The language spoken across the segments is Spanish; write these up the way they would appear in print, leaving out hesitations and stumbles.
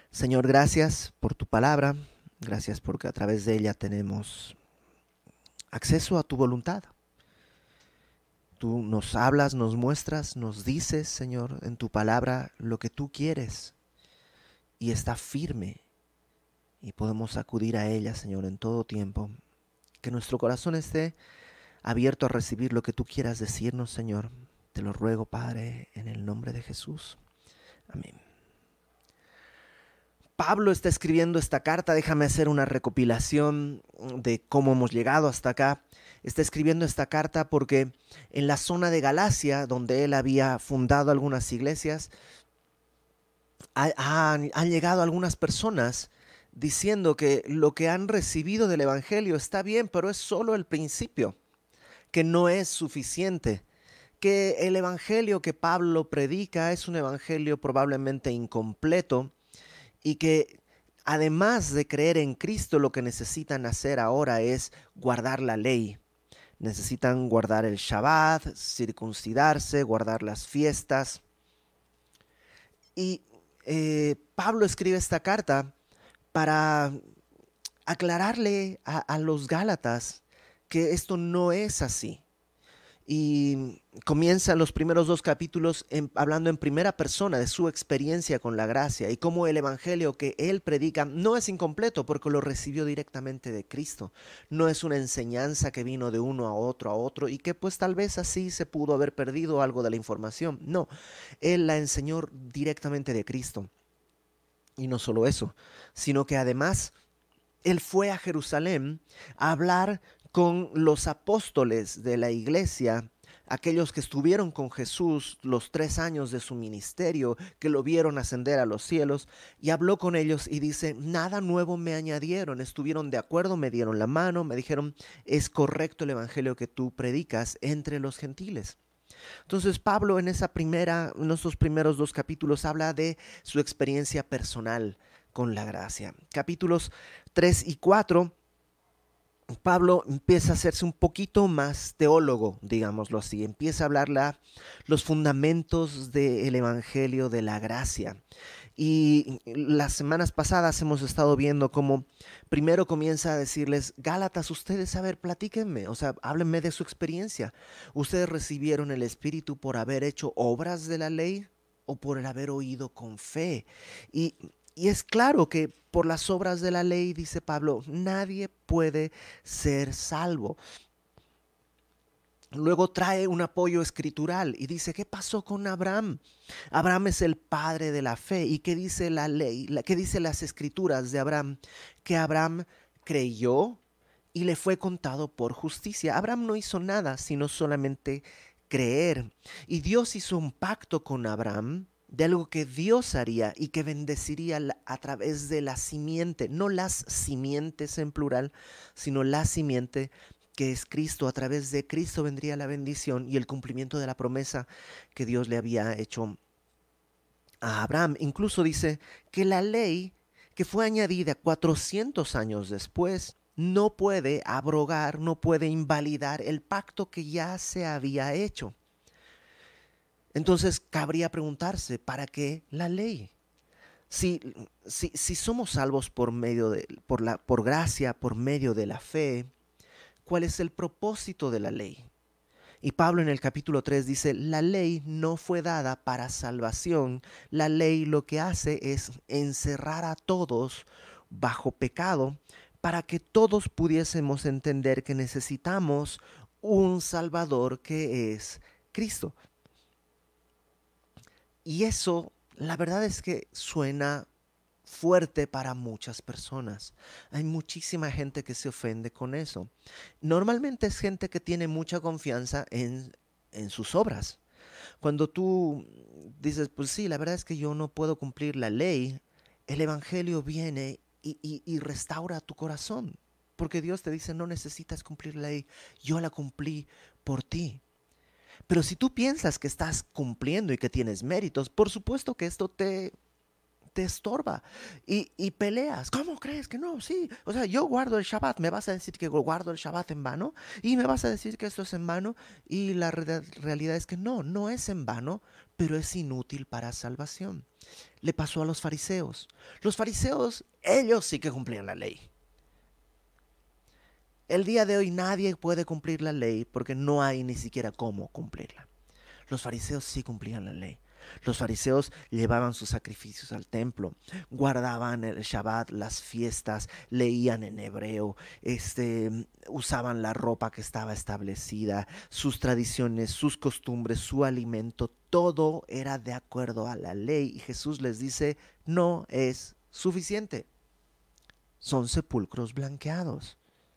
Señor, gracias por tu palabra, gracias porque a través de ella tenemos acceso a tu voluntad. Tú nos hablas, nos muestras, nos dices, Señor, en tu palabra lo que tú quieres y está firme y podemos acudir a ella, Señor, en todo tiempo. Que nuestro corazón esté abierto a recibir lo que tú quieras decirnos, Señor. Te lo ruego, Padre, en el nombre de Jesús. Amén. Pablo está escribiendo esta carta, déjame hacer una recopilación de cómo hemos llegado hasta acá. Está escribiendo esta carta porque en la zona de Galacia, donde él había fundado algunas iglesias, han llegado algunas personas diciendo que lo que han recibido del Evangelio está bien, pero es solo el principio, que no es suficiente, que el Evangelio que Pablo predica es un Evangelio probablemente incompleto y que además de creer en Cristo, lo que necesitan hacer ahora es guardar la ley. Necesitan guardar el Shabbat, circuncidarse, guardar las fiestas. Y Pablo escribe esta carta para aclararle a los Gálatas que esto no es así. Y comienza los primeros dos capítulos hablando en primera persona de su experiencia con la gracia y cómo el evangelio que él predica no es incompleto porque lo recibió directamente de Cristo. No es una enseñanza que vino de uno a otro y que pues tal vez así se pudo haber perdido algo de la información. No, él la enseñó directamente de Cristo. Y no solo eso, sino que además él fue a Jerusalén a hablar con los apóstoles de la iglesia, aquellos que estuvieron con Jesús los 3 años de su ministerio, que lo vieron ascender a los cielos, y habló con ellos y dice, nada nuevo me añadieron, estuvieron de acuerdo, me dieron la mano, me dijeron, es correcto el evangelio que tú predicas entre los gentiles. Entonces Pablo en esos primeros dos capítulos habla de su experiencia personal con la gracia. Capítulos 3 y 4, Pablo empieza a hacerse un poquito más teólogo, digámoslo así. Empieza a hablar los fundamentos del Evangelio de la gracia. Y las semanas pasadas hemos estado viendo cómo primero comienza a decirles, Gálatas, ustedes, a ver, platíquenme, o sea, háblenme de su experiencia. ¿Ustedes recibieron el Espíritu por haber hecho obras de la ley o por el haber oído con fe? Y, y es claro que por las obras de la ley, dice Pablo, nadie puede ser salvo. Luego trae un apoyo escritural y dice, ¿qué pasó con Abraham? Abraham es el padre de la fe. ¿Y qué dice la ley? ¿Qué dice las escrituras de Abraham? Que Abraham creyó y le fue contado por justicia. Abraham no hizo nada, sino solamente creer. Y Dios hizo un pacto con Abraham de algo que Dios haría y que bendeciría a través de la simiente, no las simientes en plural, sino la simiente que es Cristo. A través de Cristo vendría la bendición y el cumplimiento de la promesa que Dios le había hecho a Abraham. Incluso dice que la ley que fue añadida 400 años después no puede abrogar, no puede invalidar el pacto que ya se había hecho. Entonces cabría preguntarse, ¿para qué la ley? Si, si somos salvos por gracia, por medio de la fe, ¿cuál es el propósito de la ley? Y Pablo en el capítulo 3 dice, la ley no fue dada para salvación, la ley lo que hace es encerrar a todos bajo pecado para que todos pudiésemos entender que necesitamos un Salvador que es Cristo. Y eso, la verdad es que suena fuerte para muchas personas. Hay muchísima gente que se ofende con eso. Normalmente es gente que tiene mucha confianza en sus obras. Cuando tú dices, pues sí, la verdad es que yo no puedo cumplir la ley, el Evangelio viene y restaura tu corazón. Porque Dios te dice, no necesitas cumplir la ley, yo la cumplí por ti. Pero si tú piensas que estás cumpliendo y que tienes méritos, por supuesto que esto te te estorba y peleas. ¿Cómo crees que no? Sí, o sea, yo guardo el Shabbat, me vas a decir que guardo el Shabbat en vano y me vas a decir que esto es en vano y la realidad es que no, no es en vano, pero es inútil para salvación. Le pasó a los fariseos. Los fariseos, ellos sí que cumplían la ley. El día de hoy nadie puede cumplir la ley porque no hay ni siquiera cómo cumplirla. Los fariseos sí cumplían la ley. Los fariseos llevaban sus sacrificios al templo, guardaban el Shabbat, las fiestas, leían en hebreo, usaban la ropa que estaba establecida, sus tradiciones, sus costumbres, su alimento, todo era de acuerdo a la ley. Y Jesús les dice, no es suficiente. Son sepulcros blanqueados.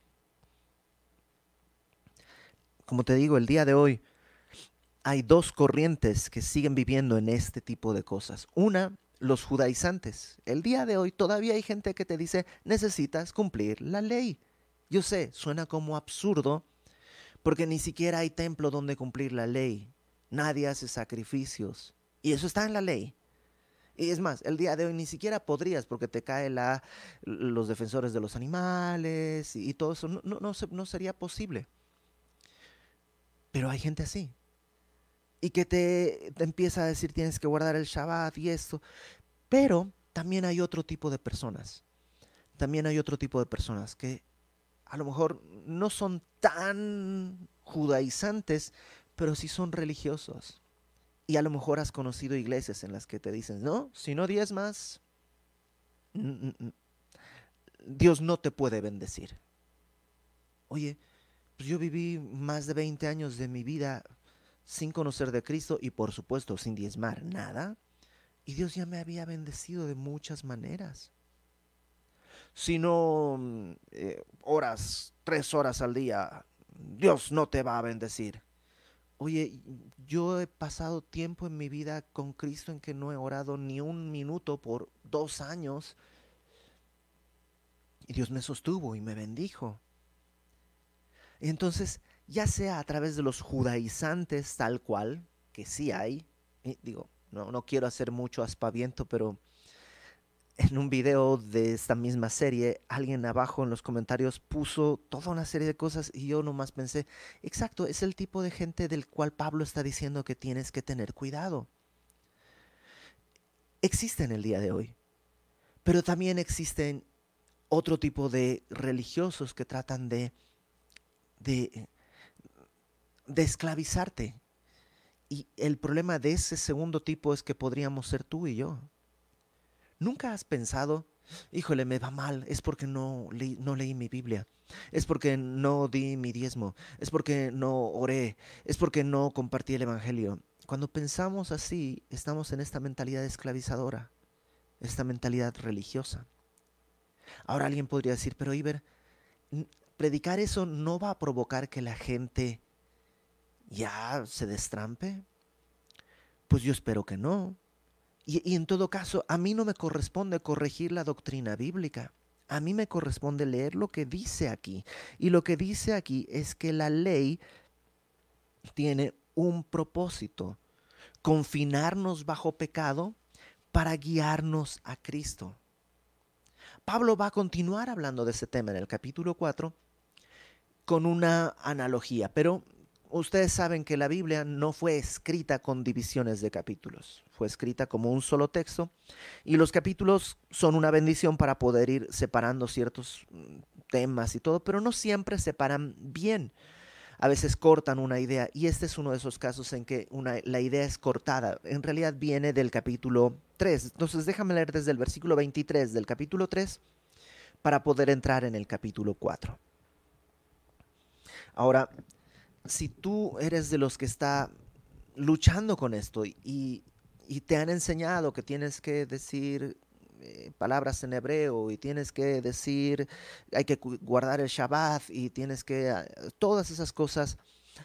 Como te digo, el día de hoy hay dos corrientes que siguen viviendo en este tipo de cosas. Una, los judaizantes. El día de hoy todavía hay gente que te dice, necesitas cumplir la ley. Yo sé, suena como absurdo, porque ni siquiera hay templo donde cumplir la ley. Nadie hace sacrificios. Y eso está en la ley. Y es más, el día de hoy ni siquiera podrías, porque te cae los defensores de los animales y todo eso. No sería posible. Pero hay gente así. Y que te empieza a decir tienes que guardar el Shabbat y esto. Pero también hay otro tipo de personas. También hay otro tipo de personas que a lo mejor no son tan judaizantes, pero sí son religiosos. Y a lo mejor has conocido iglesias en las que te dicen, no, si no diezmas, Dios no te puede bendecir. Oye, pues yo viví más de 20 años de mi vida sin conocer de Cristo y por supuesto sin diezmar nada. Y Dios ya me había bendecido de muchas maneras. Si no oras 3 horas al día, Dios no te va a bendecir. Oye, yo he pasado tiempo en mi vida con Cristo en que no he orado ni un minuto por 2 años y Dios me sostuvo y me bendijo. Entonces, ya sea a través de los judaizantes tal cual, que sí hay, digo, no quiero hacer mucho aspaviento, pero en un video de esta misma serie, alguien abajo en los comentarios puso toda una serie de cosas y yo nomás pensé, exacto, es el tipo de gente del cual Pablo está diciendo que tienes que tener cuidado. Existe en el día de hoy, pero también existen otro tipo de religiosos que tratan de, de esclavizarte. Y el problema de ese segundo tipo es que podríamos ser tú y yo. ¿Nunca has pensado, híjole, me va mal, es porque no leí mi Biblia, es porque no di mi diezmo, es porque no oré, es porque no compartí el Evangelio? Cuando pensamos así, estamos en esta mentalidad esclavizadora, esta mentalidad religiosa. Ahora alguien podría decir, pero Iber, predicar eso no va a provocar que la gente ya se destrampe. Pues yo espero que no. Y en todo caso, a mí no me corresponde corregir la doctrina bíblica. A mí me corresponde leer lo que dice aquí. Y lo que dice aquí es que la ley tiene un propósito: confinarnos bajo pecado para guiarnos a Cristo. Pablo va a continuar hablando de ese tema en el capítulo 4 con una analogía, pero ustedes saben que la Biblia no fue escrita con divisiones de capítulos, fue escrita como un solo texto y los capítulos son una bendición para poder ir separando ciertos temas y todo, pero no siempre separan bien. A veces cortan una idea y este es uno de esos casos en que la idea es cortada. En realidad viene del capítulo 3. Entonces déjame leer desde el versículo 23 del capítulo 3 para poder entrar en el capítulo 4. Ahora, si tú eres de los que está luchando con esto y te han enseñado que tienes que decir palabras en hebreo y tienes que decir, hay que guardar el Shabbat y tienes que, todas esas cosas,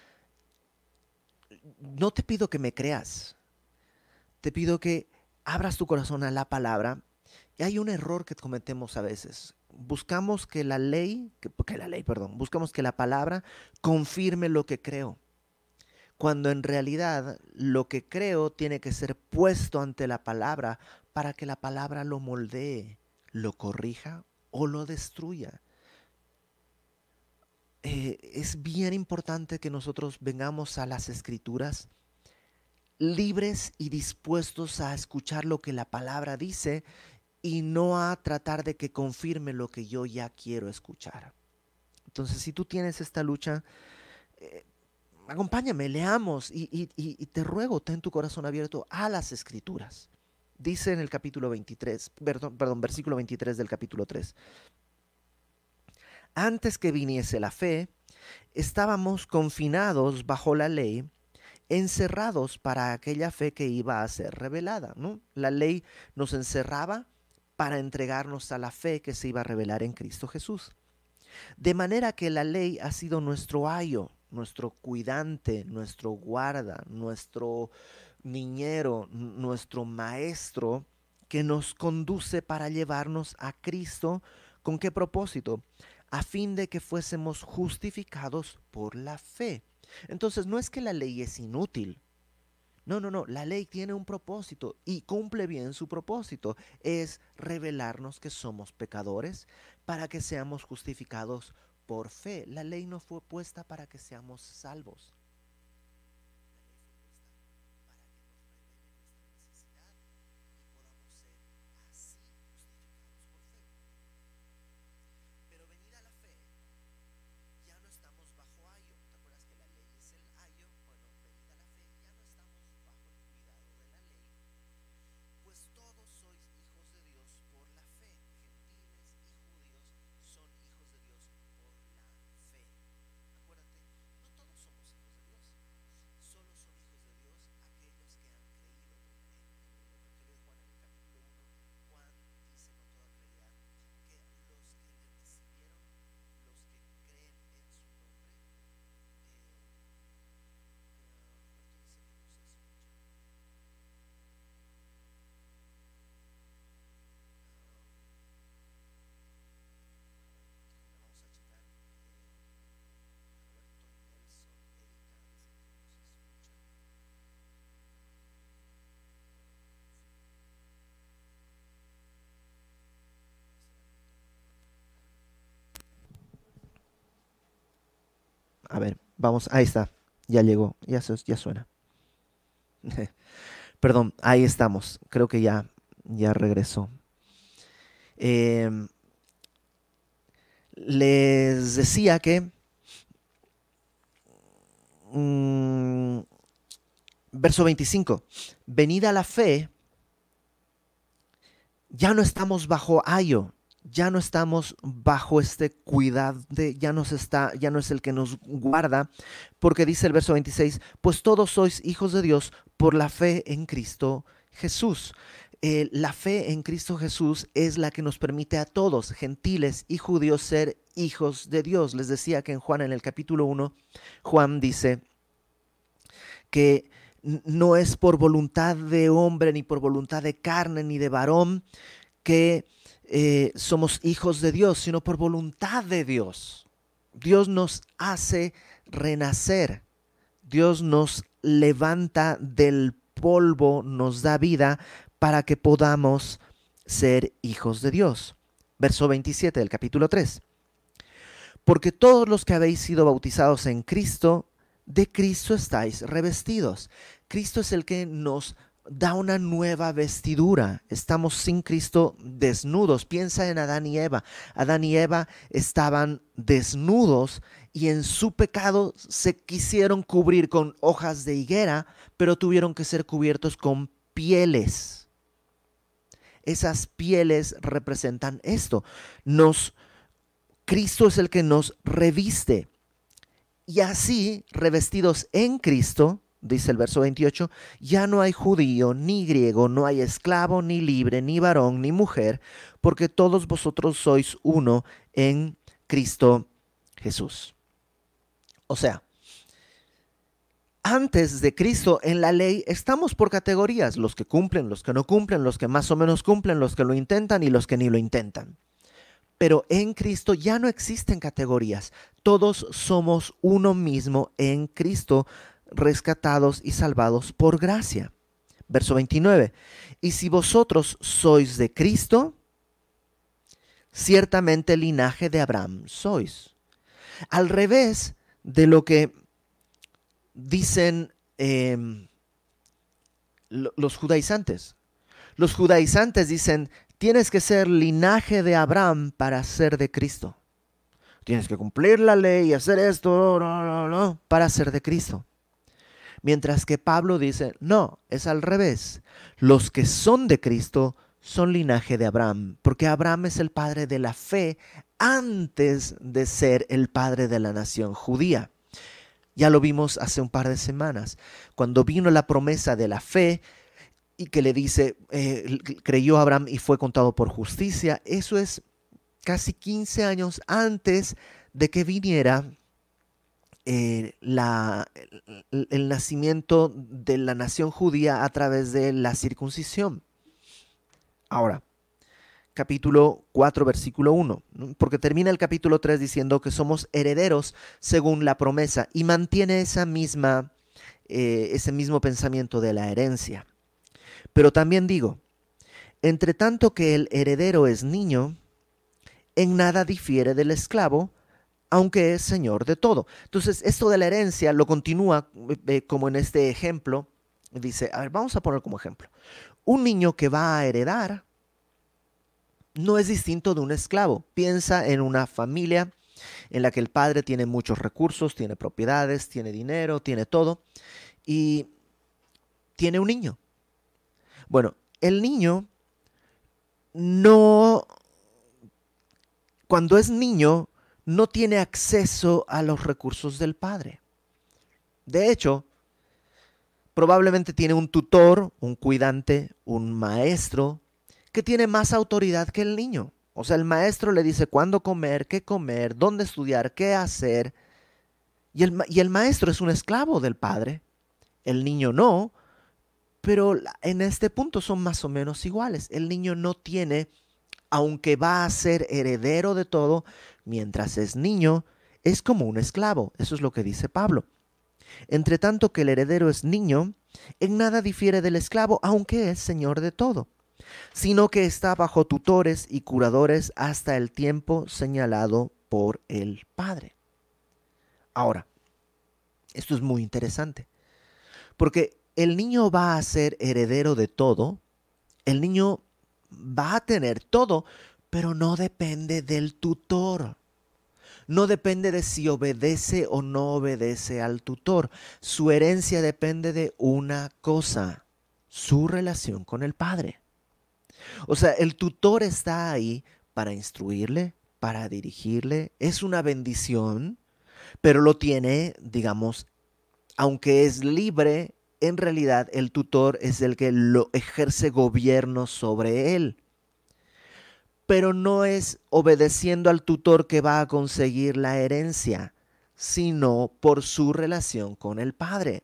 no te pido que me creas, te pido que abras tu corazón a la palabra. Y hay un error que cometemos a veces. Buscamos que buscamos que la palabra confirme lo que creo, cuando en realidad lo que creo tiene que ser puesto ante la palabra para que la palabra lo moldee, lo corrija o lo destruya. Es bien importante que nosotros vengamos a las Escrituras libres y dispuestos a escuchar lo que la palabra dice y no a tratar de que confirme lo que yo ya quiero escuchar. Entonces, si tú tienes esta lucha, acompáñame, leamos y te ruego, ten tu corazón abierto a las Escrituras. Dice en el capítulo 23, versículo 23 del capítulo 3. Antes que viniese la fe, estábamos confinados bajo la ley, encerrados para aquella fe que iba a ser revelada, ¿no? La ley nos encerraba para entregarnos a la fe que se iba a revelar en Cristo Jesús. De manera que la ley ha sido nuestro ayo, nuestro cuidante, nuestro guarda, nuestro niñero, nuestro maestro, que nos conduce para llevarnos a Cristo. ¿Con qué propósito? A fin de que fuésemos justificados por la fe. Entonces no es que la ley es inútil. No, la ley tiene un propósito y cumple bien su propósito. Es revelarnos que somos pecadores para que seamos justificados por fe. La ley no fue puesta para que seamos salvos. A ver, vamos, ahí está, ya llegó, ya suena. Perdón, ahí estamos, creo que ya regresó. Les decía que verso 25, venida la fe, ya no estamos bajo ayo, ya no estamos bajo este cuidado, ya no es el que nos guarda, porque dice el verso 26, pues todos sois hijos de Dios por la fe en Cristo Jesús. La fe en Cristo Jesús es la que nos permite a todos, gentiles y judíos, ser hijos de Dios. Les decía que en Juan, en el capítulo 1, Juan dice que no es por voluntad de hombre, ni por voluntad de carne, ni de varón, que somos hijos de Dios, sino por voluntad de Dios. Dios nos hace renacer. Dios nos levanta del polvo, nos da vida para que podamos ser hijos de Dios. Verso 27 del capítulo 3. Porque todos los que habéis sido bautizados en Cristo, de Cristo estáis revestidos. Cristo es el que nos da una nueva vestidura. Estamos sin Cristo desnudos. Piensa en Adán y Eva. Adán y Eva estaban desnudos y en su pecado se quisieron cubrir con hojas de higuera, pero tuvieron que ser cubiertos con pieles. Esas pieles representan esto. Cristo es el que nos reviste. Y así, revestidos en Cristo, dice el verso 28, ya no hay judío ni griego, no hay esclavo ni libre, ni varón ni mujer, porque todos vosotros sois uno en Cristo Jesús. O sea, antes de Cristo en la ley estamos por categorías, los que cumplen, los que no cumplen, los que más o menos cumplen, los que lo intentan y los que ni lo intentan. Pero en Cristo ya no existen categorías, todos somos uno mismo en Cristo, rescatados y salvados por gracia. Verso 29. Y si vosotros sois de Cristo, ciertamente linaje de Abraham sois. Al revés de lo que dicen los judaizantes. Los judaizantes dicen, tienes que ser linaje de Abraham para ser de Cristo. Tienes que cumplir la ley y hacer esto para ser de Cristo. Mientras que Pablo dice, no, es al revés. Los que son de Cristo son linaje de Abraham, porque Abraham es el padre de la fe antes de ser el padre de la nación judía. Ya lo vimos hace un par de semanas, cuando vino la promesa de la fe y que le dice, creyó Abraham y fue contado por justicia. Eso es casi 15 años antes de que viniera el nacimiento de la nación judía a través de la circuncisión. Ahora, capítulo 4, versículo 1, ¿no? Porque termina el capítulo 3 diciendo que somos herederos según la promesa y mantiene ese mismo pensamiento de la herencia. Pero también digo, entre tanto que el heredero es niño, en nada difiere del esclavo, aunque es señor de todo. Entonces, esto de la herencia lo continúa como en este ejemplo. Dice, a ver, vamos a poner como ejemplo. Un niño que va a heredar no es distinto de un esclavo. Piensa en una familia en la que el padre tiene muchos recursos, tiene propiedades, tiene dinero, tiene todo, y tiene un niño. Bueno, el niño no, cuando es niño, no tiene acceso a los recursos del padre. De hecho, probablemente tiene un tutor, un cuidante, un maestro, que tiene más autoridad que el niño. O sea, el maestro le dice cuándo comer, dónde estudiar, qué hacer. Y el maestro es un esclavo del padre. El niño no, pero en este punto son más o menos iguales. El niño no tiene, aunque va a ser heredero de todo, mientras es niño, es como un esclavo. Eso es lo que dice Pablo. Entre tanto que el heredero es niño, en nada difiere del esclavo, aunque es señor de todo, sino que está bajo tutores y curadores hasta el tiempo señalado por el Padre. Ahora, esto es muy interesante, porque el niño va a ser heredero de todo, el niño va a tener todo, pero no depende del tutor. No depende de si obedece o no obedece al tutor. Su herencia depende de una cosa, su relación con el padre. O sea, el tutor está ahí para instruirle, para dirigirle. Es una bendición, pero lo tiene, digamos, aunque es libre, en realidad el tutor es el que lo ejerce gobierno sobre él. Pero no es obedeciendo al tutor que va a conseguir la herencia, sino por su relación con el padre.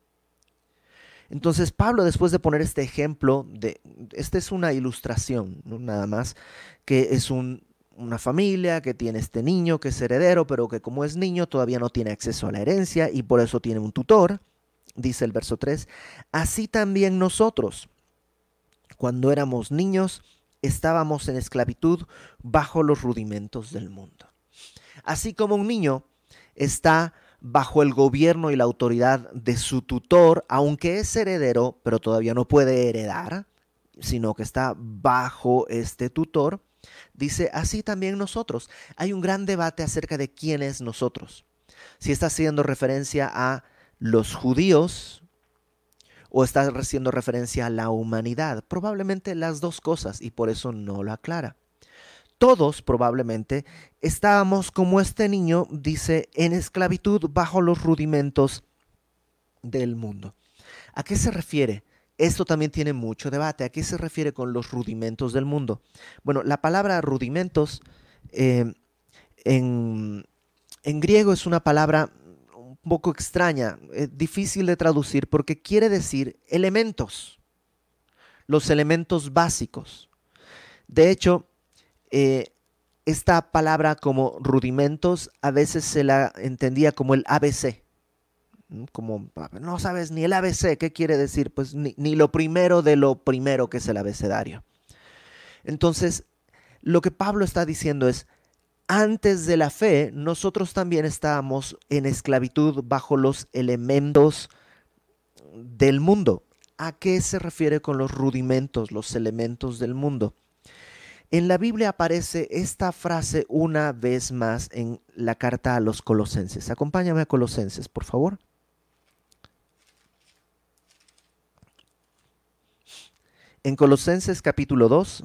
Entonces Pablo, después de poner este ejemplo, esta es una ilustración, ¿no? Nada más, que es una familia que tiene este niño que es heredero, pero que como es niño todavía no tiene acceso a la herencia y por eso tiene un tutor, dice el verso 3, así también nosotros, cuando éramos niños, estábamos en esclavitud bajo los rudimentos del mundo. Así como un niño está bajo el gobierno y la autoridad de su tutor, aunque es heredero, pero todavía no puede heredar, sino que está bajo este tutor, dice, así también nosotros. Hay un gran debate acerca de quién es nosotros. Si está haciendo referencia a los judíos o está haciendo referencia a la humanidad. Probablemente las dos cosas, y por eso no lo aclara. Todos probablemente estábamos como este niño, dice, en esclavitud bajo los rudimentos del mundo. ¿A qué se refiere? Esto también tiene mucho debate. ¿A qué se refiere con los rudimentos del mundo? Bueno, la palabra rudimentos en griego es una palabra un poco extraña, difícil de traducir porque quiere decir elementos, los elementos básicos. De hecho, esta palabra como rudimentos a veces se la entendía como el ABC. Como no sabes ni el ABC, ¿qué quiere decir? Pues ni lo primero de lo primero que es el abecedario. Entonces, lo que Pablo está diciendo es, antes de la fe, nosotros también estábamos en esclavitud bajo los elementos del mundo. ¿A qué se refiere con los rudimentos, los elementos del mundo? En la Biblia aparece esta frase una vez más en la carta a los Colosenses. Acompáñame a Colosenses, por favor. En Colosenses capítulo 2,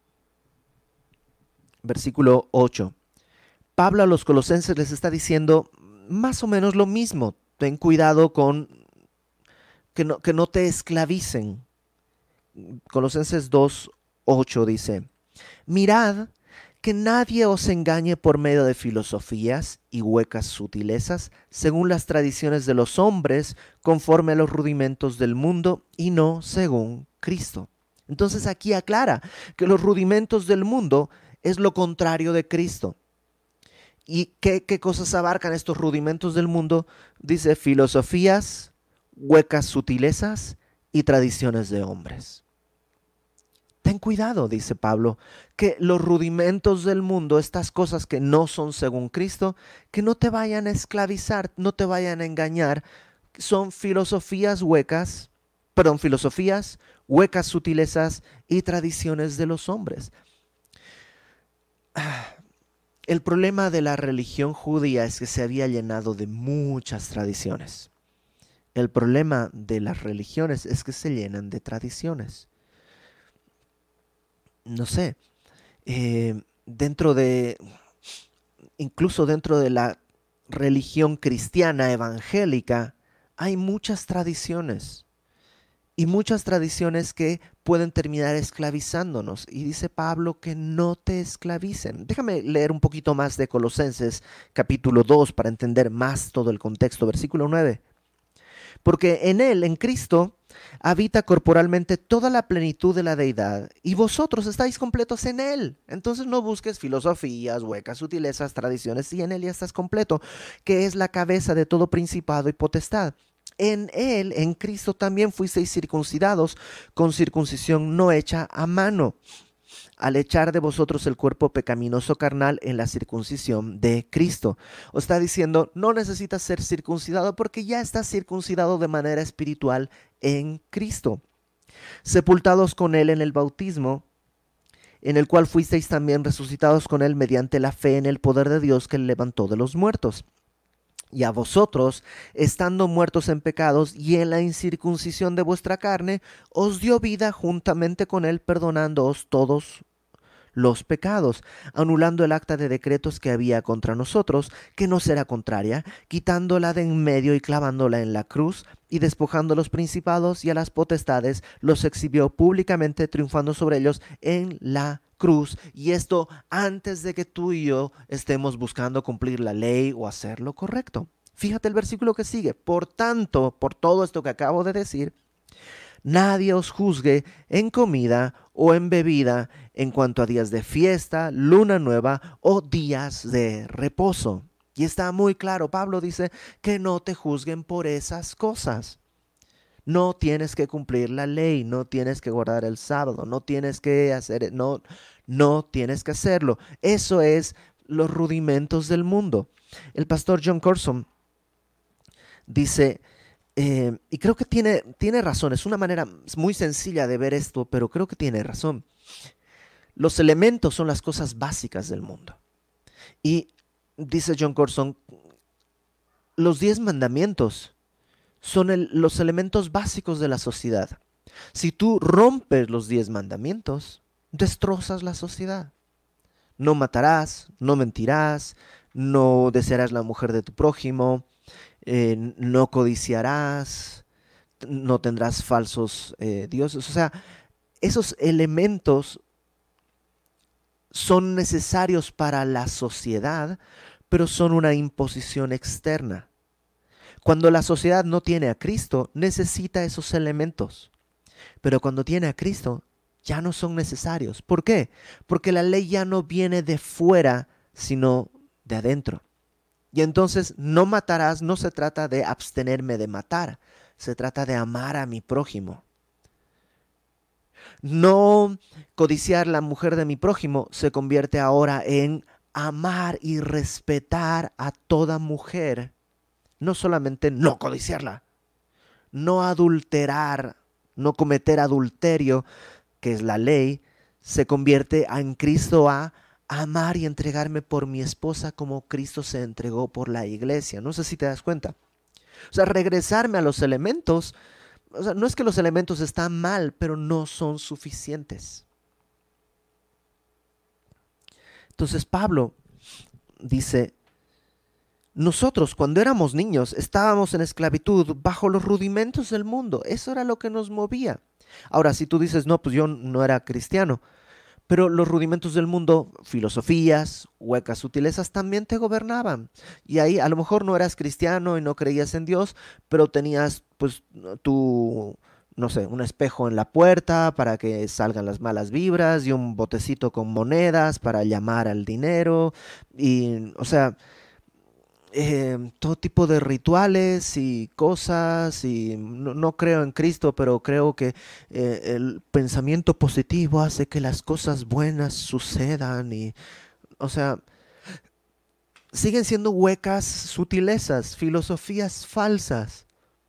versículo 8. Pablo a los Colosenses les está diciendo más o menos lo mismo. Ten cuidado con que no te esclavicen. Colosenses 2, 8 dice: mirad que nadie os engañe por medio de filosofías y huecas sutilezas, según las tradiciones de los hombres, conforme a los rudimentos del mundo y no según Cristo. Entonces aquí aclara que los rudimentos del mundo es lo contrario de Cristo. ¿Y qué cosas abarcan estos rudimentos del mundo? Dice filosofías, huecas sutilezas y tradiciones de hombres. Ten cuidado, dice Pablo, que los rudimentos del mundo, estas cosas que no son según Cristo, que no te vayan a esclavizar, no te vayan a engañar. Son filosofías, huecas sutilezas y tradiciones de los hombres. El problema de la religión judía es que se había llenado de muchas tradiciones. El problema de las religiones es que se llenan de tradiciones. No sé, incluso dentro de la religión cristiana evangélica, hay muchas tradiciones. Y muchas tradiciones que pueden terminar esclavizándonos. Y dice Pablo que no te esclavicen. Déjame leer un poquito más de Colosenses capítulo 2 para entender más todo el contexto. Versículo 9. Porque en él, en Cristo, habita corporalmente toda la plenitud de la deidad. Y vosotros estáis completos en él. Entonces no busques filosofías, huecas sutilezas, tradiciones. Y en él ya estás completo, que es la cabeza de todo principado y potestad. En él, en Cristo, también fuisteis circuncidados con circuncisión no hecha a mano, al echar de vosotros el cuerpo pecaminoso carnal en la circuncisión de Cristo. Os está diciendo, no necesitas ser circuncidado porque ya estás circuncidado de manera espiritual en Cristo. Sepultados con él en el bautismo, en el cual fuisteis también resucitados con él mediante la fe en el poder de Dios que le levantó de los muertos. Y a vosotros, estando muertos en pecados y en la incircuncisión de vuestra carne, os dio vida juntamente con él, perdonándoos todos los pecados, anulando el acta de decretos que había contra nosotros, que nos era contraria, quitándola de en medio y clavándola en la cruz, y despojando a los principados y a las potestades, los exhibió públicamente, triunfando sobre ellos en la cruz. Y esto antes de que tú y yo estemos buscando cumplir la ley o hacer lo correcto. Fíjate el versículo que sigue. Por tanto, por todo esto que acabo de decir, nadie os juzgue en comida o en bebida en cuanto a días de fiesta, luna nueva o días de reposo. Y está muy claro, Pablo dice que no te juzguen por esas cosas. No tienes que cumplir la ley, no tienes que guardar el sábado, no tienes que no tienes que hacerlo. Eso es los rudimentos del mundo. El pastor Jon Courson dice, y creo que tiene razón, es una manera muy sencilla de ver esto, pero creo que tiene razón. Los elementos son las cosas básicas del mundo. Y dice Jon Courson, los 10 mandamientos son los elementos básicos de la sociedad. Si tú rompes los 10 mandamientos, destrozas la sociedad. No matarás, no mentirás, no desearás la mujer de tu prójimo, no codiciarás, no tendrás falsos dioses. O sea, esos elementos son necesarios para la sociedad, pero son una imposición externa. Cuando la sociedad no tiene a Cristo, necesita esos elementos. Pero cuando tiene a Cristo, ya no son necesarios. ¿Por qué? Porque la ley ya no viene de fuera, sino de adentro. Y entonces no matarás no se trata de abstenerme de matar, se trata de amar a mi prójimo. No codiciar la mujer de mi prójimo se convierte ahora en amar y respetar a toda mujer. No solamente no codiciarla, no adulterar, no cometer adulterio, que es la ley, se convierte en Cristo a amar y entregarme por mi esposa como Cristo se entregó por la iglesia. No sé si te das cuenta. O sea, regresarme a los elementos, o sea, no es que los elementos están mal, pero no son suficientes. Entonces Pablo dice, nosotros cuando éramos niños estábamos en esclavitud bajo los rudimentos del mundo. Eso era lo que nos movía. Ahora, si tú dices, no, pues yo no era cristiano, pero los rudimentos del mundo, filosofías, huecas sutilezas, también te gobernaban. Y ahí a lo mejor no eras cristiano y no creías en Dios, pero tenías pues tu, no sé, un espejo en la puerta para que salgan las malas vibras y un botecito con monedas para llamar al dinero. Y, o sea, todo tipo de rituales y cosas y no creo en Cristo, pero creo que el pensamiento positivo hace que las cosas buenas sucedan y, o sea, siguen siendo huecas sutilezas, filosofías falsas.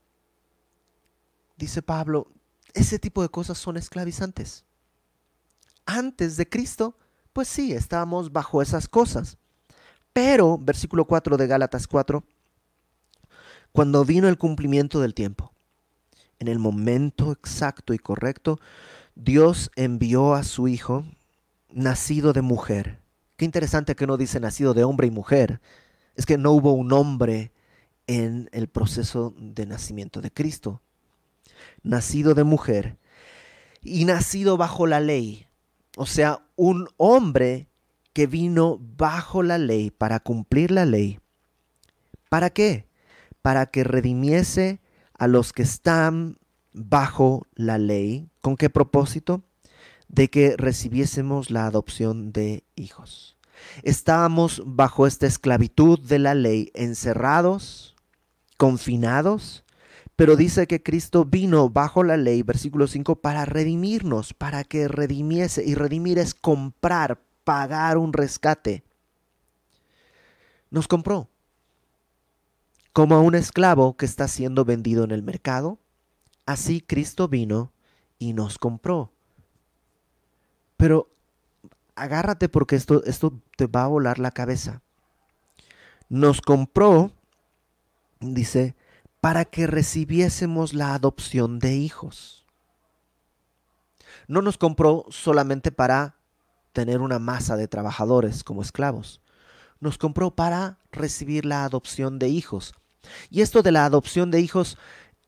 Dice Pablo, ese tipo de cosas son esclavizantes. Antes de Cristo, pues sí, estábamos bajo esas cosas. Pero, versículo 4 de Gálatas 4, cuando vino el cumplimiento del tiempo, en el momento exacto y correcto, Dios envió a su Hijo, nacido de mujer. Qué interesante que no dice nacido de hombre y mujer. Es que no hubo un hombre en el proceso de nacimiento de Cristo. Nacido de mujer y nacido bajo la ley. O sea, un hombre que vino bajo la ley para cumplir la ley. ¿Para qué? Para que redimiese a los que están bajo la ley. ¿Con qué propósito? De que recibiésemos la adopción de hijos. Estábamos bajo esta esclavitud de la ley, encerrados, confinados, pero dice que Cristo vino bajo la ley, versículo 5, para redimirnos, para que redimiese. Y redimir es comprar, pagar un rescate. Nos compró. Como a un esclavo que está siendo vendido en el mercado, así Cristo vino y nos compró. Pero agárrate porque esto te va a volar la cabeza. Nos compró, dice, para que recibiésemos la adopción de hijos. No nos compró solamente para tener una masa de trabajadores como esclavos. Nos compró para recibir la adopción de hijos. Y esto de la adopción de hijos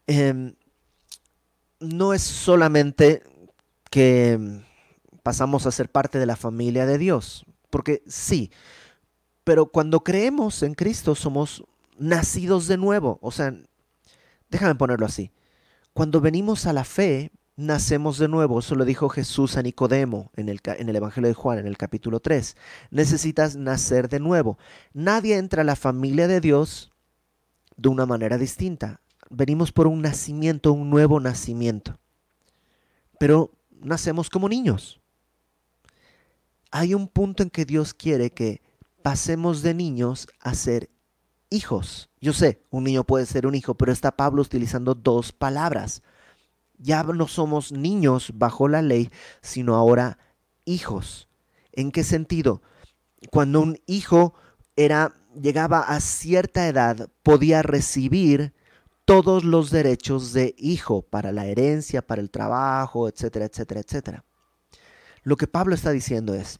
no es solamente que pasamos a ser parte de la familia de Dios, porque sí, pero cuando creemos en Cristo somos nacidos de nuevo. O sea, déjame ponerlo así. Cuando venimos a la fe, nacemos de nuevo. Eso lo dijo Jesús a Nicodemo en el Evangelio de Juan, en el capítulo 3. Necesitas nacer de nuevo. Nadie entra a la familia de Dios de una manera distinta. Venimos por un nacimiento, un nuevo nacimiento. Pero nacemos como niños. Hay un punto en que Dios quiere que pasemos de niños a ser hijos. Yo sé, un niño puede ser un hijo, pero está Pablo utilizando dos palabras. Ya no somos niños bajo la ley, sino ahora hijos. ¿En qué sentido? Cuando un hijo llegaba a cierta edad, podía recibir todos los derechos de hijo para la herencia, para el trabajo, etcétera, etcétera, etcétera. Lo que Pablo está diciendo es,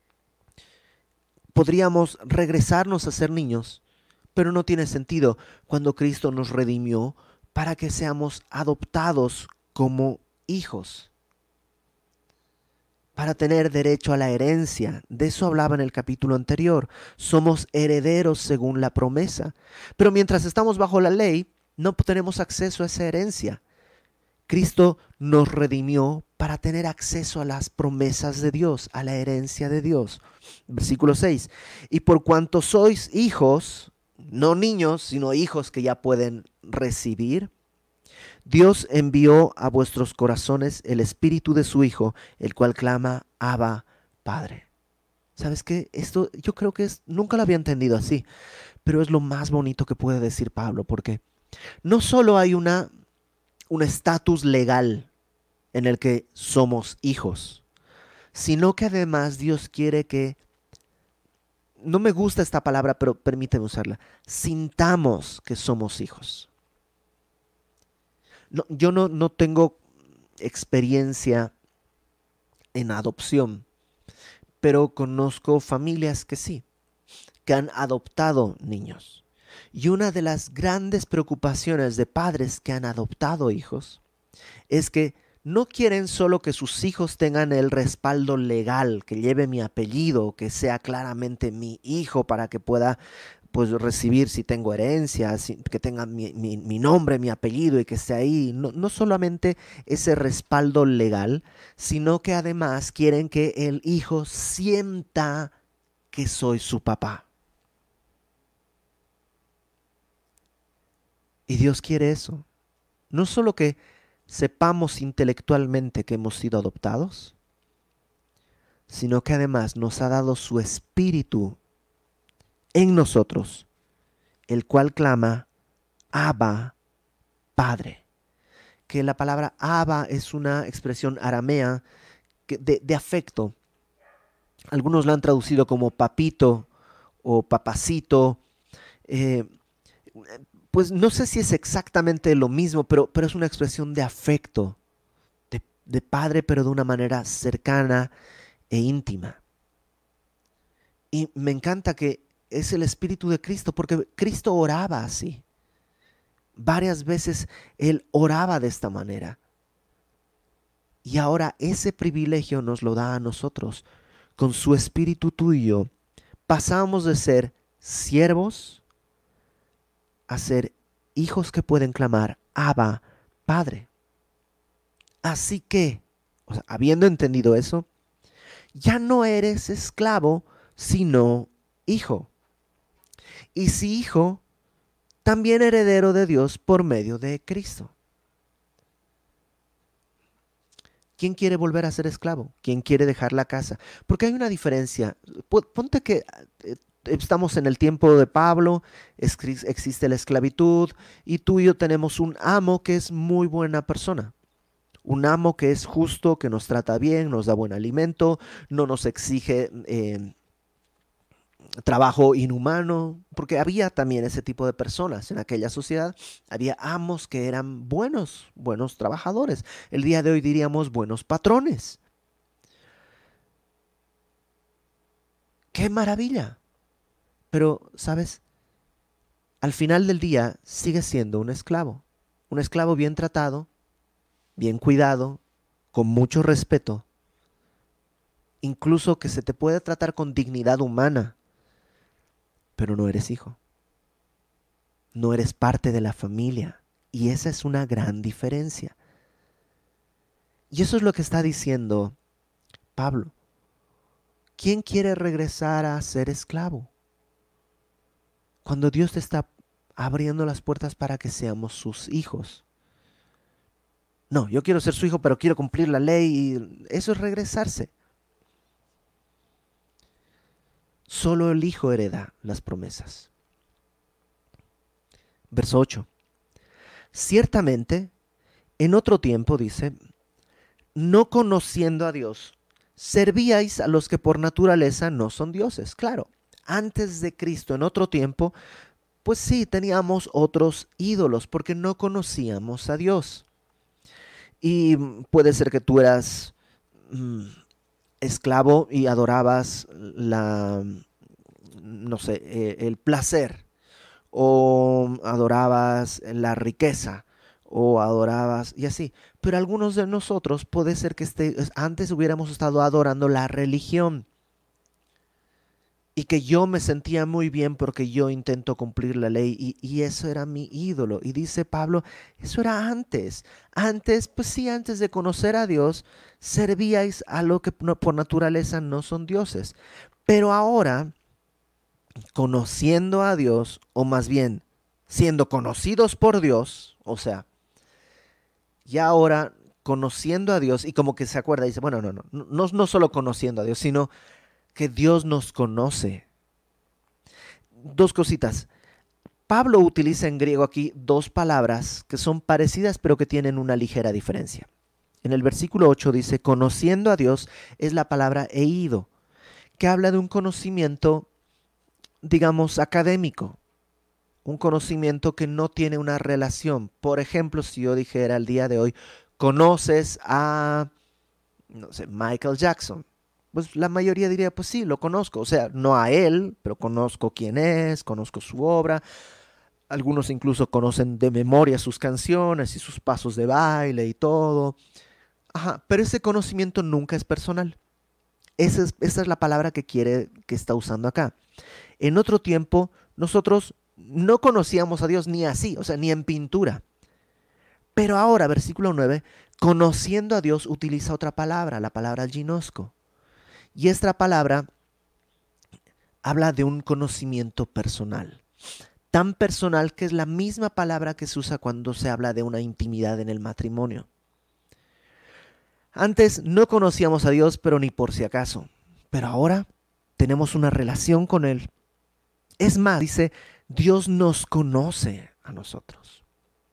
podríamos regresarnos a ser niños, pero no tiene sentido cuando Cristo nos redimió para que seamos adoptados como hijos, para tener derecho a la herencia. De eso hablaba en el capítulo anterior. Somos herederos según la promesa. Pero mientras estamos bajo la ley, no tenemos acceso a esa herencia. Cristo nos redimió para tener acceso a las promesas de Dios, a la herencia de Dios. Versículo 6. Y por cuanto sois hijos, no niños, sino hijos que ya pueden recibir, Dios envió a vuestros corazones el espíritu de su Hijo, el cual clama, Abba, Padre. ¿Sabes qué? Esto yo creo que nunca lo había entendido así, pero es lo más bonito que puede decir Pablo, porque no solo hay un estatus legal en el que somos hijos, sino que además Dios quiere que, no me gusta esta palabra, pero permíteme usarla, sintamos que somos hijos. No, yo no tengo experiencia en adopción, pero conozco familias que sí, que han adoptado niños. Y una de las grandes preocupaciones de padres que han adoptado hijos es que no quieren solo que sus hijos tengan el respaldo legal, que lleve mi apellido, que sea claramente mi hijo para que pueda pues recibir si tengo herencia, que tenga mi nombre, mi apellido y que esté ahí. No, no solamente ese respaldo legal, sino que además quieren que el hijo sienta que soy su papá. Y Dios quiere eso. No solo que sepamos intelectualmente que hemos sido adoptados, sino que además nos ha dado su espíritu en nosotros, el cual clama, Abba, Padre. Que la palabra Abba es una expresión aramea de afecto. Algunos la han traducido como papito o papacito. Eh, pues no sé si es exactamente lo mismo, pero es una expresión de afecto, de padre, pero de una manera cercana e íntima. Y me encanta que es el Espíritu de Cristo, porque Cristo oraba así. Varias veces Él oraba de esta manera. Y ahora ese privilegio nos lo da a nosotros. Con su Espíritu tuyo pasamos de ser siervos a ser hijos que pueden clamar, Abba, Padre. Así que, o sea, habiendo entendido eso, ya no eres esclavo, sino hijo. Y si hijo, también heredero de Dios por medio de Cristo. ¿Quién quiere volver a ser esclavo? ¿Quién quiere dejar la casa? Porque hay una diferencia. Ponte que estamos en el tiempo de Pablo, existe la esclavitud y tú y yo tenemos un amo que es muy buena persona. Un amo que es justo, que nos trata bien, nos da buen alimento, no nos exige trabajo inhumano, porque había también ese tipo de personas en aquella sociedad. Había amos que eran buenos trabajadores. El día de hoy diríamos buenos patrones. ¡Qué maravilla! Pero, ¿sabes? Al final del día sigue siendo un esclavo bien tratado, bien cuidado, con mucho respeto, incluso que se te puede tratar con dignidad humana, pero no eres hijo. No eres parte de la familia. Y esa es una gran diferencia. Y eso es lo que está diciendo Pablo. ¿Quién quiere regresar a ser esclavo? Cuando Dios te está abriendo las puertas para que seamos sus hijos. No, yo quiero ser su hijo, pero quiero cumplir la ley y eso es regresarse. Solo el hijo hereda las promesas. Verso 8. Ciertamente, en otro tiempo, dice, no conociendo a Dios, servíais a los que por naturaleza no son dioses. Claro, antes de Cristo, en otro tiempo, pues sí, teníamos otros ídolos porque no conocíamos a Dios. Y puede ser que tú eras esclavo y adorabas no sé, el placer, o adorabas la riqueza, o adorabas, y así. Pero algunos de nosotros puede ser que antes hubiéramos estado adorando la religión y que yo me sentía muy bien porque yo intento cumplir la ley y eso era mi ídolo. Y dice Pablo, eso era antes. Antes, pues sí, antes de conocer a Dios, servíais a lo que por naturaleza no son dioses. Pero ahora conociendo a Dios, o más bien siendo conocidos por Dios, o sea, ya ahora conociendo a Dios, y como que se acuerda, dice, bueno, no solo conociendo a Dios, sino que Dios nos conoce. Dos cositas. Pablo utiliza en griego aquí dos palabras que son parecidas pero que tienen una ligera diferencia. En el versículo 8 dice, conociendo a Dios es la palabra eido, que habla de un conocimiento, digamos, académico, un conocimiento que no tiene una relación. Por ejemplo, si yo dijera el día de hoy, conoces a, no sé, Michael Jackson. Pues la mayoría diría, pues sí, lo conozco. O sea, no a él, pero conozco quién es, conozco su obra. Algunos incluso conocen de memoria sus canciones y sus pasos de baile y todo. Ajá, pero ese conocimiento nunca es personal. Esa es la palabra que está usando acá. En otro tiempo, nosotros no conocíamos a Dios ni así, o sea, ni en pintura. Pero ahora, versículo 9, conociendo a Dios utiliza otra palabra, la palabra ginosco. Y esta palabra habla de un conocimiento personal. Tan personal que es la misma palabra que se usa cuando se habla de una intimidad en el matrimonio. Antes no conocíamos a Dios, pero ni por si acaso. Pero ahora tenemos una relación con Él. Es más, dice, Dios nos conoce a nosotros.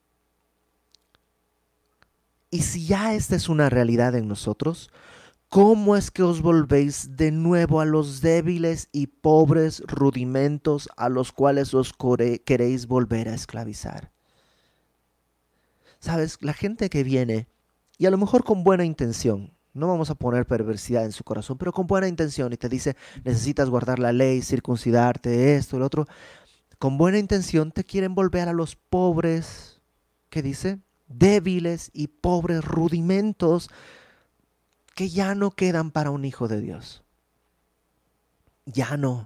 Y si ya esta es una realidad en nosotros, ¿cómo es que os volvéis de nuevo a los débiles y pobres rudimentos a los cuales os queréis volver a esclavizar? ¿Sabes? La gente que viene, y a lo mejor con buena intención, no vamos a poner perversidad en su corazón, pero con buena intención, y te dice, necesitas guardar la ley, circuncidarte, esto, el otro, con buena intención te quieren volver a los pobres, ¿qué dice? Débiles y pobres rudimentos que ya no quedan para un hijo de Dios. Ya no.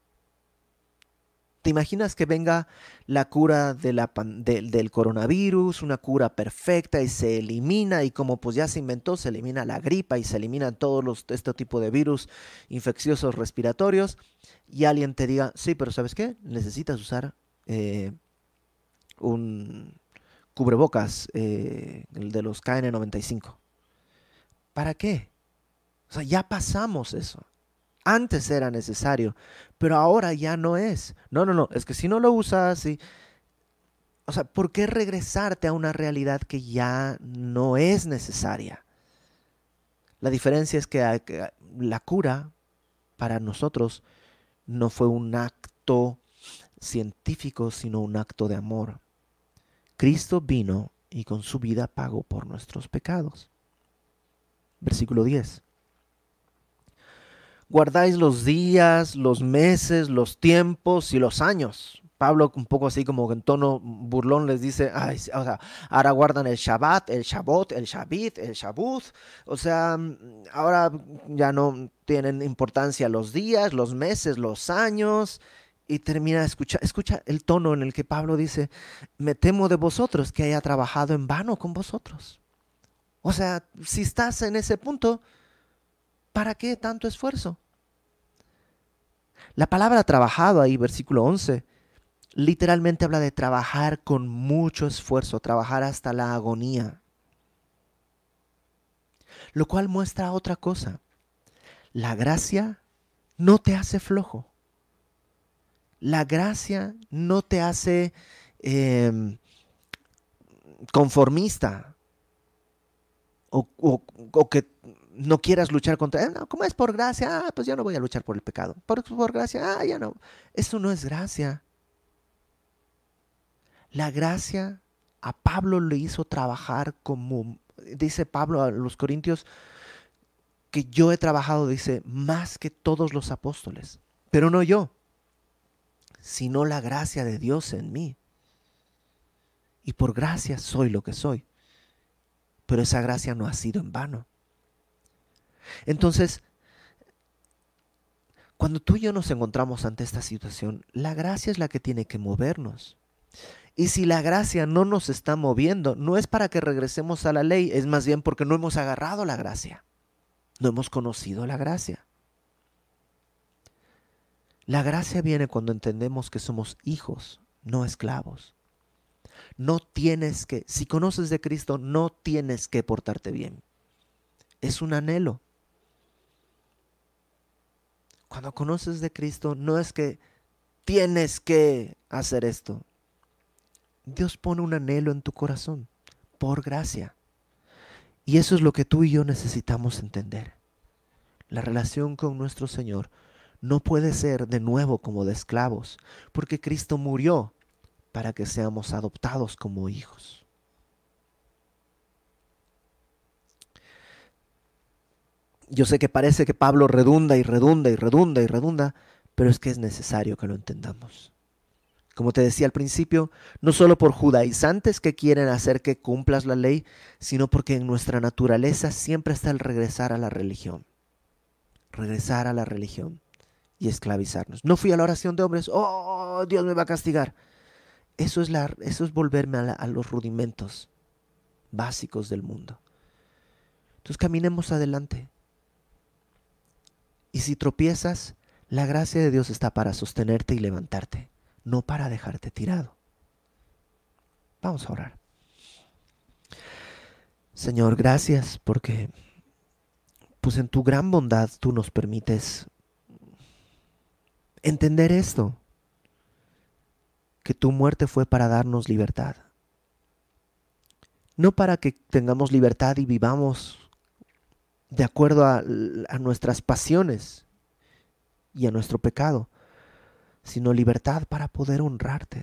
¿Te imaginas que venga la cura del coronavirus, una cura perfecta y se elimina y como pues ya se inventó, se elimina la gripa y se eliminan este tipo de virus infecciosos respiratorios y alguien te diga, sí, pero ¿sabes qué? Necesitas usar un cubrebocas, el de los KN95. ¿Para qué? O sea, ya pasamos eso. Antes era necesario, pero ahora ya no es. No, es que si no lo usas, o sea, ¿por qué regresarte a una realidad que ya no es necesaria? La diferencia es que la cura para nosotros no fue un acto científico, sino un acto de amor. Cristo vino y con su vida pagó por nuestros pecados. Versículo 10. Guardáis los días, los meses, los tiempos y los años. Pablo un poco así como en tono burlón les dice, ay, o sea, ahora guardan el Shabbat, el Shabbat, el Shabbat, el Shabbut. O sea, ahora ya no tienen importancia los días, los meses, los años. Y termina, escucha el tono en el que Pablo dice, me temo de vosotros que haya trabajado en vano con vosotros. O sea, si estás en ese punto, ¿para qué tanto esfuerzo? La palabra trabajado ahí, versículo 11, literalmente habla de trabajar con mucho esfuerzo, trabajar hasta la agonía. Lo cual muestra otra cosa. La gracia no te hace flojo. La gracia no te hace conformista o que no quieras luchar contra él. No, ¿cómo es por gracia? Pues ya no voy a luchar por el pecado. Por gracia, ya no. Eso no es gracia. La gracia a Pablo le hizo trabajar como, dice Pablo a los Corintios, que yo he trabajado, dice, más que todos los apóstoles. Pero no yo, sino la gracia de Dios en mí. Y por gracia soy lo que soy. Pero esa gracia no ha sido en vano. Entonces, cuando tú y yo nos encontramos ante esta situación, la gracia es la que tiene que movernos. Y si la gracia no nos está moviendo, no es para que regresemos a la ley, es más bien porque no hemos agarrado la gracia. No hemos conocido la gracia. La gracia viene cuando entendemos que somos hijos, no esclavos. No tienes que, si conoces de Cristo, no tienes que portarte bien. Es un anhelo. Cuando conoces de Cristo, no es que tienes que hacer esto. Dios pone un anhelo en tu corazón, por gracia. Y eso es lo que tú y yo necesitamos entender. La relación con nuestro Señor no puede ser de nuevo como de esclavos, porque Cristo murió para que seamos adoptados como hijos. Yo sé que parece que Pablo redunda y redunda y redunda y redunda, pero es que es necesario que lo entendamos. Como te decía al principio, no solo por judaizantes que quieren hacer que cumplas la ley, sino porque en nuestra naturaleza siempre está el regresar a la religión. Regresar a la religión y esclavizarnos. No fui a la oración de hombres, oh, Dios me va a castigar. Eso es volverme a los rudimentos básicos del mundo. Entonces caminemos adelante. Y si tropiezas, la gracia de Dios está para sostenerte y levantarte, no para dejarte tirado. Vamos a orar. Señor, gracias porque pues en tu gran bondad tú nos permites entender esto, que tu muerte fue para darnos libertad. No para que tengamos libertad y vivamos de acuerdo a nuestras pasiones y a nuestro pecado, sino libertad para poder honrarte.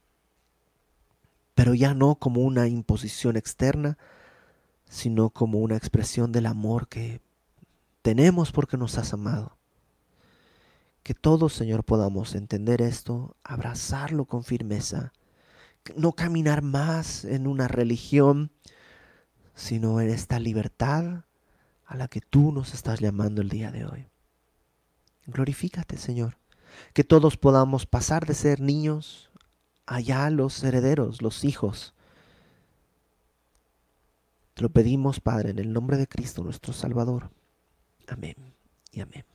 Pero ya no como una imposición externa, sino como una expresión del amor que tenemos porque nos has amado. Que todos, Señor, podamos entender esto, abrazarlo con firmeza, no caminar más en una religión, sino en esta libertad a la que tú nos estás llamando el día de hoy. Glorifícate, Señor, que todos podamos pasar de ser niños allá los herederos, los hijos. Te lo pedimos, Padre, en el nombre de Cristo, nuestro Salvador. Amén y amén.